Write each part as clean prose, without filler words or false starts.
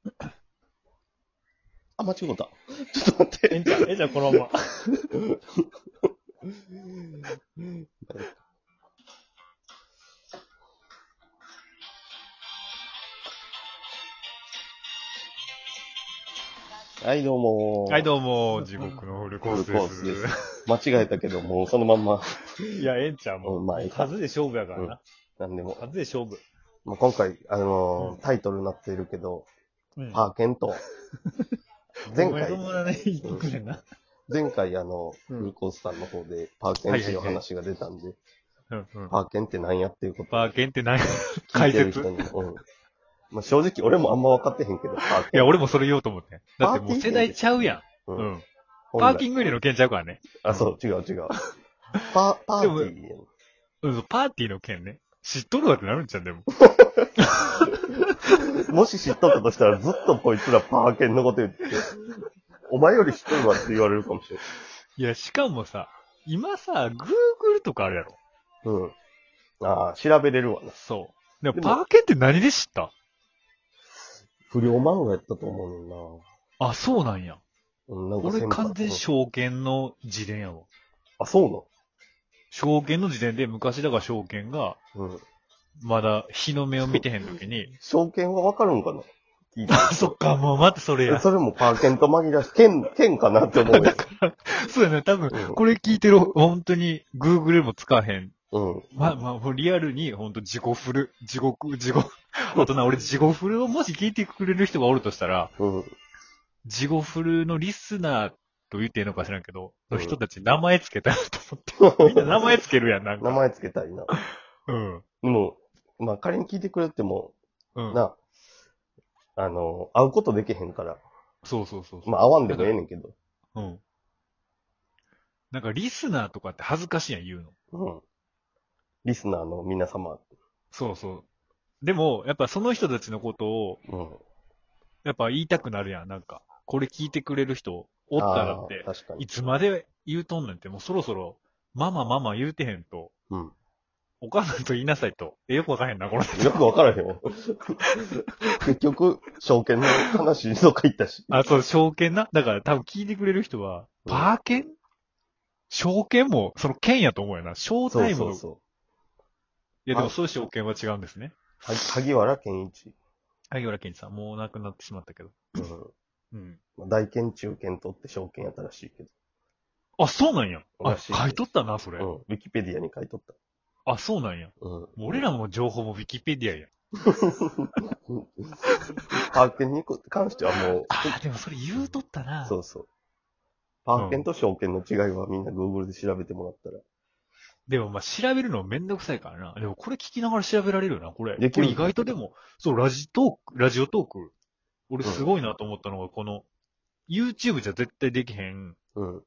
あ、間違った。ちょっと待って。 えんちゃんこのまま。 はい、どうもはい、どうも、地獄のフルコースフルコースで。 です間違えたけど、もうそのまんま。 いや、えんちゃんも、 まあいいか数で勝負やからな。 なんでも。 数で勝負。 まあ、今回、 うんタイトルになっているけど、 うん。 パーケンと、前回、 そんなね、言ってくれんな。 前回フうんルコースさんの方でパーケンっていう話が出たんで、 うんうん。 パーケンって何やっていうことパーケンって何聞い解説。 てる人に。まあ、正直俺もあんま分かってへんけど、パーケン。 いや、俺もそれ言おうと思って。だってもう世代ちゃうやん。 うんうん。 本来パーキング入れの件ちゃうからね。 あ、そう、違う違う。パーティーやん。 うん、パーティーの件ね。知っとるわってなるんちゃうでも。 もし知っとったとしたらずっとこいつらパーケンのこと言って、お前より知っとるわって言われるかもしれいや、しかもさ、今さ、Google とかあるやろ。 ない。ああ、調べれるわな。 そう。でもでもパーケンって何で知った不良漫画やったと思うねんな。 あ、そうなんや。 なんか俺完全うん証券の自伝やわ。 あ、そ証券の時点で昔だから証券が、 うなのまだ日の目を見てへん時に、 証券はわかるんかな聞いてあ、そっか、もう待ってそれや。 それもパーケンと紛らわし、剣かなって思うよ。 そうやね、多分、 うんこれ聞いてる、本当に、Google でも使わへん。 うん。 リアルに、本当地獄、あとな、俺、地獄をもし聞いてくれる人がおるとしたら、 うん。 地獄のリスナーと言っていいのか知らんけど、 うんの人たち名前つけたいと思って。みんな名前つけるやん、なんか。 名前つけたいな。 うん。 でも、まあ仮に聞いてくれても、 うん。 な、会うことできへんから、 そうそうそうそう。 まあ会わんでもええねんけど。 うん。なんかリスナーとかって恥ずかしいやん、言うの。 うん。リスナーの皆様。 そうそう。でも、やっぱその人たちのことを、 うん。 やっぱ言いたくなるやん、なんか。これ聞いてくれる人おったらって、 確かに。 いつまで言うとんねんって、もうそろそろ、ママ言うてへんと、 うん。 お母さんと言いなさいと。よくわからへんな、この人。 よくわからへんわ。結局、証券の話とか言ったし。 あ、そう、証券な。だから多分聞いてくれる人は、 うんパーケン証券も、その券やと思うよな。ショータイムの。いや、でもそういう証券は違うんですね。 萩原健一。 萩原健一さん、もう亡くなってしまったけど。 うん。 うん。 大健中健取って証券やったらしいけど。 あ、そうなんや。あ、 らしい書いとったな、それ。 うん。ウィキペディアに書いとった。 あ、そうなんや。 うん。 もう俺らの情報もウィキペディアや。 パーケンに関してはもう、 あ、でもそれ言うとったな。 そうそう。パーケンと証券の違いはみんな Google で調べてもらったら。 でもまあ調べるのめんどくさいからな。でもこれ聞きながら調べられるよな、これ。 できるこれ意外とでも、そう、ラジオトーク。俺すごいなと思ったのが、この、YouTube じゃ絶対できへん、 うん。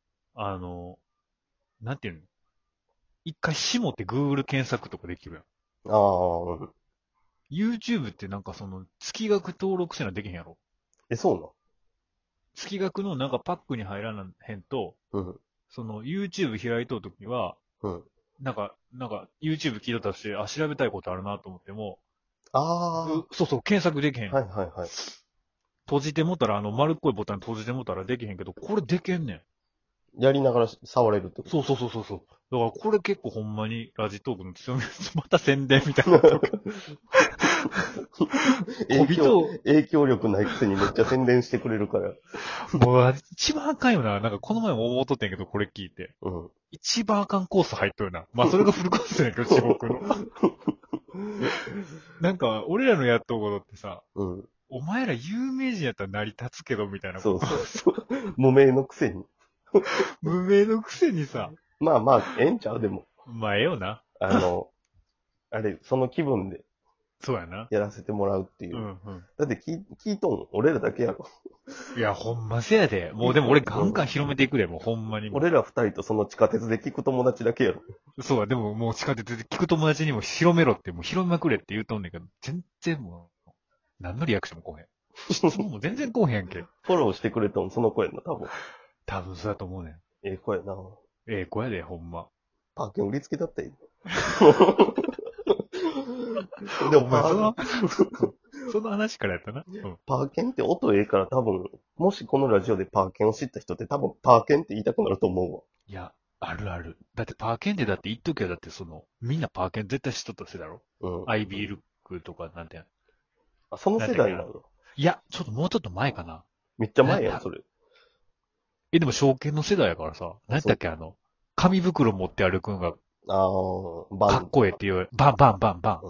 なんていうの一回下って Google 検索とかできるやん。 ああ、うん。 YouTube ってなんかその、月額登録せなできへんやろ。 そう月額のなんかパックに入らへんと、 なのその YouTube 開いとるときには、 うん。うん。 なんか YouTube 聞いとったとして、あ、調べたいことあるなと思っても、 あそうそう、検索できへん。 あ、はいはいはい。 閉じてもたら、丸っこいボタン閉じてもたらできへんけど、これでけんねん。 やりながら触れるってことそうそうそうそうそう。だからこれ結構ほんまにラジトークの強みです。また宣伝みたいな。 影響力ないくせにめっちゃ宣伝してくれるから。 もう一番あかんよな。なんかこの前も思っとってんけど、これ聞いて。 うん。 一番あかんコース入っとるな。まあそれがフルコースやけど、地獄の。なんか、俺らのやっとうことってさ、 うん。 お前ら有名人やったら成り立つけど、みたいなそうこと。 そうそう。無名のくせに。 無名のくせにさ、 まあまあ、ええんちゃうでも。 まあええよな。 あれ、その気分でそうやな。 やらせてもらうっていうう。 んうん。 だって聞いとん、俺らだけやろ。 いや、ほんませやで。もうでも俺ガンガン広めていくで、もうほんまにもう。 俺ら二人とその地下鉄で聞く友達だけやろ。 そうだ、でももう地下鉄で聞く友達にも広めろって、もう広めまくれって言うとんねんけど、全然もう、何のリアクションもこうへん。質問も全然こうへんやんけ。 フォローしてくれたんその子やな、多分。 多分そうだと思うねん。 ええ子やな。 ええ子やで、ほんま。 パーケン売りつけだったらいい。でもお前そのその話からやったな。うん。 パーケンって音ええから多分、もしこのラジオでパーケンを知った人って多分パーケンって言いたくなると思いや、あるある。だってパーケンってだって一時はだってみんなパーケン絶対知っとったせだろ。 うわ。うん。 アイビールックとかなんて。 あ、その世代なの？ いや、もうちょっと前かな。 めっちゃ前やん、それ。 でも証券の世代やからさ、なんだっけ紙袋持って歩くのがあバン。 かっこええっていう、バンバンバンバン。 うん。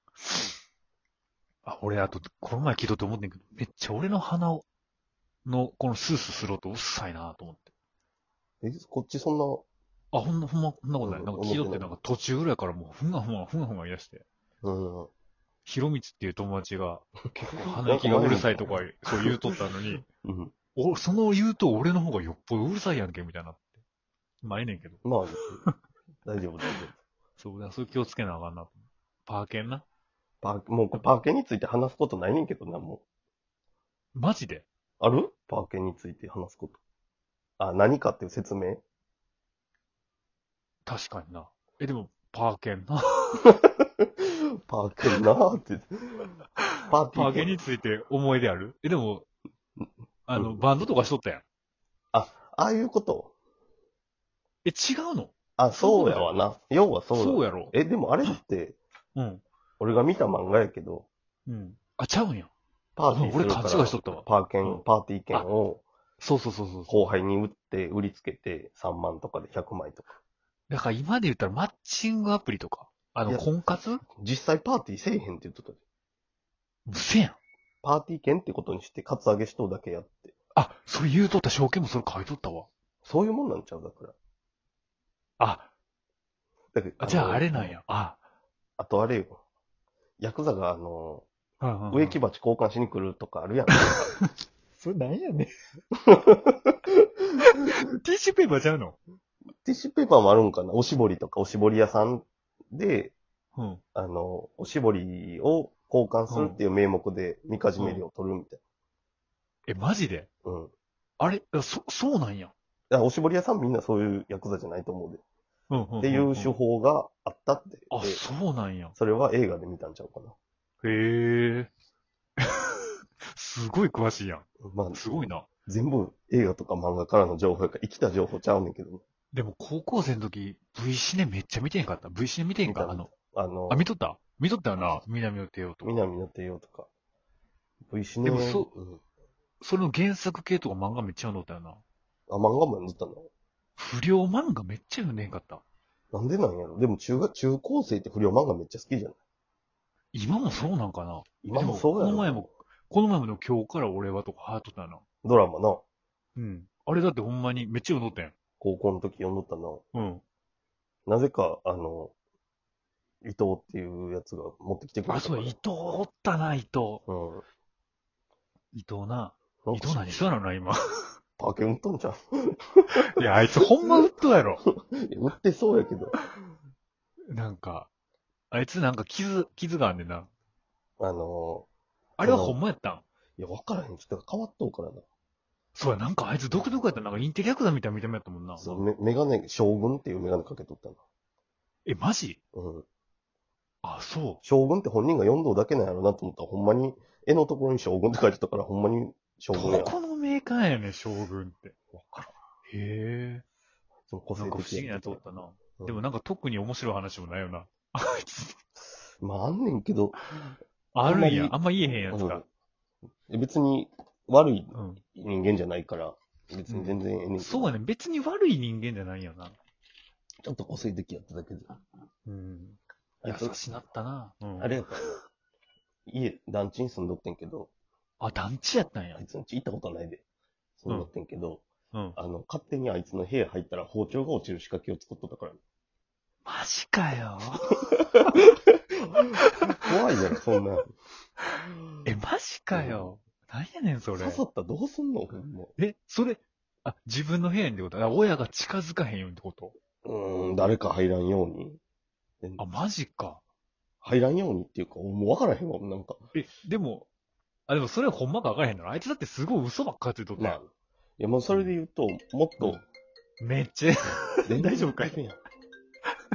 俺この前聞いとって思ってんけど、めっちゃ俺の鼻の、このスースーする音うっさいなと思って。 こっちそんな、 ほんま、そんなことない。 うんなんか聞いとってなんか途中ぐらいからもうふんがふんがふんがふんが言い出して。 うん。 ひろみつっていう友達が、結構鼻息がうるさいとか、そう言うとったのに、 うん。 その言うと俺の方がよっぽどうるさいやんけ、みたいになって。まあええねんけど。 まあ、大丈夫、大丈そうだ、そういう気をつけなあかんな。パーケンな。 夫。もうパーケンについて話すことないねんけどな、もマジでう。あるパーケンについて話すこと。あ、何かっていう説明確かにな。でも、パーケンな。 パーケンなーって。パーティー。 パーケンについて思い出あるでも、 うんバンドとかしとったやん。 ああいうこと違うのあ、そうやわな。要はそうだ。 そうやろ。 でもあれって、 うん。 俺が見た漫画やけど、 うん。あ、ちゃうんや。 パーティーするから、 俺勘違いしとったわパーうんパーティー券をそうそうそうそう。 後輩に売りつけて3万とかで100枚とか。 だから今で言ったらマッチングアプリとか、 いや婚活実際パーティーせえへんって言っとったで。 うせやん。 パーティー券ってことにしてカツアゲしとうだけやって。 あ、それ言うとった証券もそれ書いとったわ。 そういうもんなんちゃうだから。 あ、 だけどじゃああれなんや。あ、 あとあれよ。ヤクザが植木鉢交換しに来るとかあるやん。 それなんやねん。ティッシュペーパーちゃうのティッシュペーパーもあるんかなおしぼりとかおしぼり屋さんで、 うん。 おしぼりを交換するっていう名目でみかじめ料を取るみたいマジでな。うん。 あれそうなんや。 おしぼり屋さんみんなそういうヤクザじゃないと思うで。 うんっていう手法があったって。 あ、そうなんや。 それは映画で見たんちゃうかな。 へえ。すごい詳しいやん。 まあ、 すごいな。 全部映画とか漫画からの情報やから生きた情報ちゃうねんけどね。 でも高校生の時、V シネめっちゃ見てへんかった。V シネ見てへんか見た見とったよな。南の帝王とか。 南の帝王とか。V シネでもうん。 その原作系とか漫画めっちゃ読んどったよな。 あ、漫画も読んでたの不良漫画めっちゃ読んでへんかった。 なんでなんやろでも中高生って不良漫画めっちゃ好きじゃない今もそうなんかな今もそうやろこの前もの今日から俺はとかハートだな。 ドラマな。 うん。あれだってほんまにめっちゃ読んどったやん。 高校の時読んどったな。 うん。 なぜか、伊藤っていうやつが持ってきてくれたあ、 から。 そう、伊藤おったな、伊藤。 うん。 伊藤な。 なんか伊藤何したのな、今。 パーケン売っとんじゃん。 いや、あいつほんまウッドやろ。 売ってそうやけど。 なんか、あいつなんか傷があんねんな。 あのあれはほんまやったんいや、わからへん。ちょっと変わっとうからな。 そうや、なんかあいつ独特やったなんかインテリヤクザみたいな見た目やったもんな。 そう、メガネ、将軍っていうメガネかけとったな。 マジうん。 あ、そ将軍って本人が読んどうだけなんやろなと思ったら、ほんまに、絵のところに将軍って書いてたから、ほんまに将う。 軍や。 どこのメーカーやねん、将軍って。 わからん。 へえ。 その個性なんか不的思議なやつおったな。 うんでもなんか特に面白い話もないよな。あいつ。 まあ、あんねんけど、 あるんや。 あんまりあんま言えへんやつか。 別に悪いうん。 人間じゃないから、別に全然ええねんけど、 そうやねん。別に悪い人間じゃないよな。 ちょっと個性的やっただけで。 うん。 あいつ優しなったな。うん。 あれやった団地に住んどってんけど、 あ、団地やったんやあい。つの家行ったことないで。住んどってんけど、 うん。 勝手にあいつの部屋入ったら包丁が落ちる仕掛けを作っとったから。 マジかよ。 怖いやろ、そんな。 マジかよ。なんやねん、それ刺。さったらどうすんのほんま。 それ、自分の部屋にってこと親が近づかへんようにってこと誰か入らんように。 マジか。 入らんようにっていうか、もう分からへんわ、なんか。 でもそれはほんまか分からへんのあいつだってすごい嘘ばっかついとって。 まあ、いや、もうそれで言うと、もっと、 めっちゃ、 全然大丈夫かい言ってるやん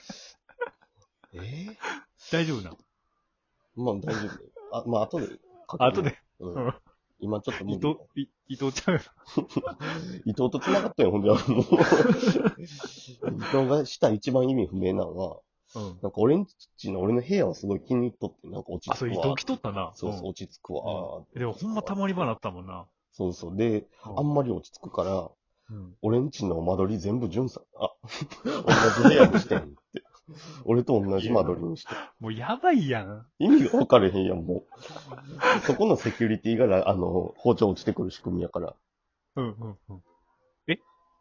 大丈夫な。 まあ大丈夫。まあ後で後で。 うん。今ちょっと無理。 伊藤ちゃう。 伊藤と繋がったよ、ほんじゃ。もう伊藤がした一番意味不明なのは、 うん。 なんか俺んちの俺の部屋はすごい気に入っとって、なんか落ちあ、そう、 着くわ。 伊藤来とったな。 そうそう、落ち着くわ。 でもほんまたまり場なったもんな。 そうそう。で、あんまり落ち着くから、俺んちの間取り全部純さん、同じ部屋にしてんって。俺と同じ間取りにして。 もうやばいやん。 意味が分かれへんやん、もう。そこのセキュリティが、包丁落ちてくる仕組みやから。 え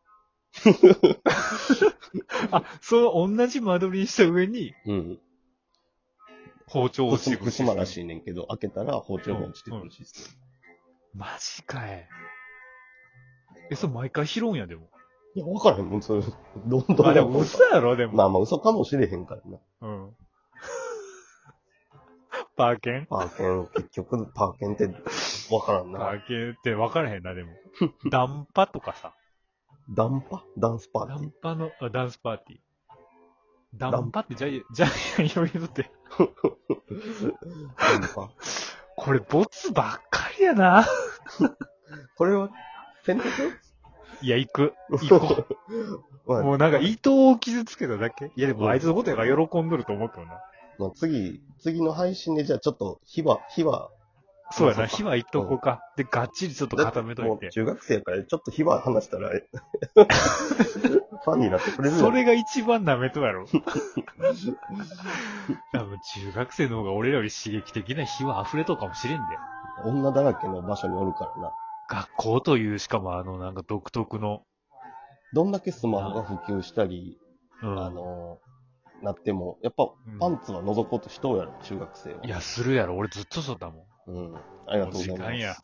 あ、そう同じ間取りにした上に、 うん。 包丁落ちてくる。 ふすまらしいねんけど、開けたら包丁が落ちてくるシステム。マジかい。それ毎回拾うんや、でも。 いや、分からへんもん、それ。どんどん。 あ、でも嘘やろ、でも。 まあまあ嘘かもしれへんからな。 うん。パーケン結局、パーケンって分からんな。 パーケンって分からへんな、でも。ダンパとかさ。 ダンスパーティー。 ダンパの、ダンスパーティー。ダンパってジャイアンいろいろって。 ダンパ。 これ、ボツばっかりやな。 これは、選択いや、行こう。もうなんか、伊藤を傷つけただけいや、でもあいつのことやから喜んどると思ったよな。 まあ、次の配信でじゃあちょっと、火は、 そうやな、火は言っとこうか。で、がっちりちょっと固めといて。 中学生やからちょっと火は話したら、ファンになってくれるそれが一番舐めとやろ。多分中学生の方が俺らより刺激的な火は溢れとかもしれんで。 女だらけの場所におるからな。 学校というしかもなんか独特の。 どんだけスマホが普及したり、なっても、やっぱパンツは覗こうとしとうやろ、中学生は。 いや、するやろ。俺ずっとそうだもん。 うん。ありがとうございます。 時間や。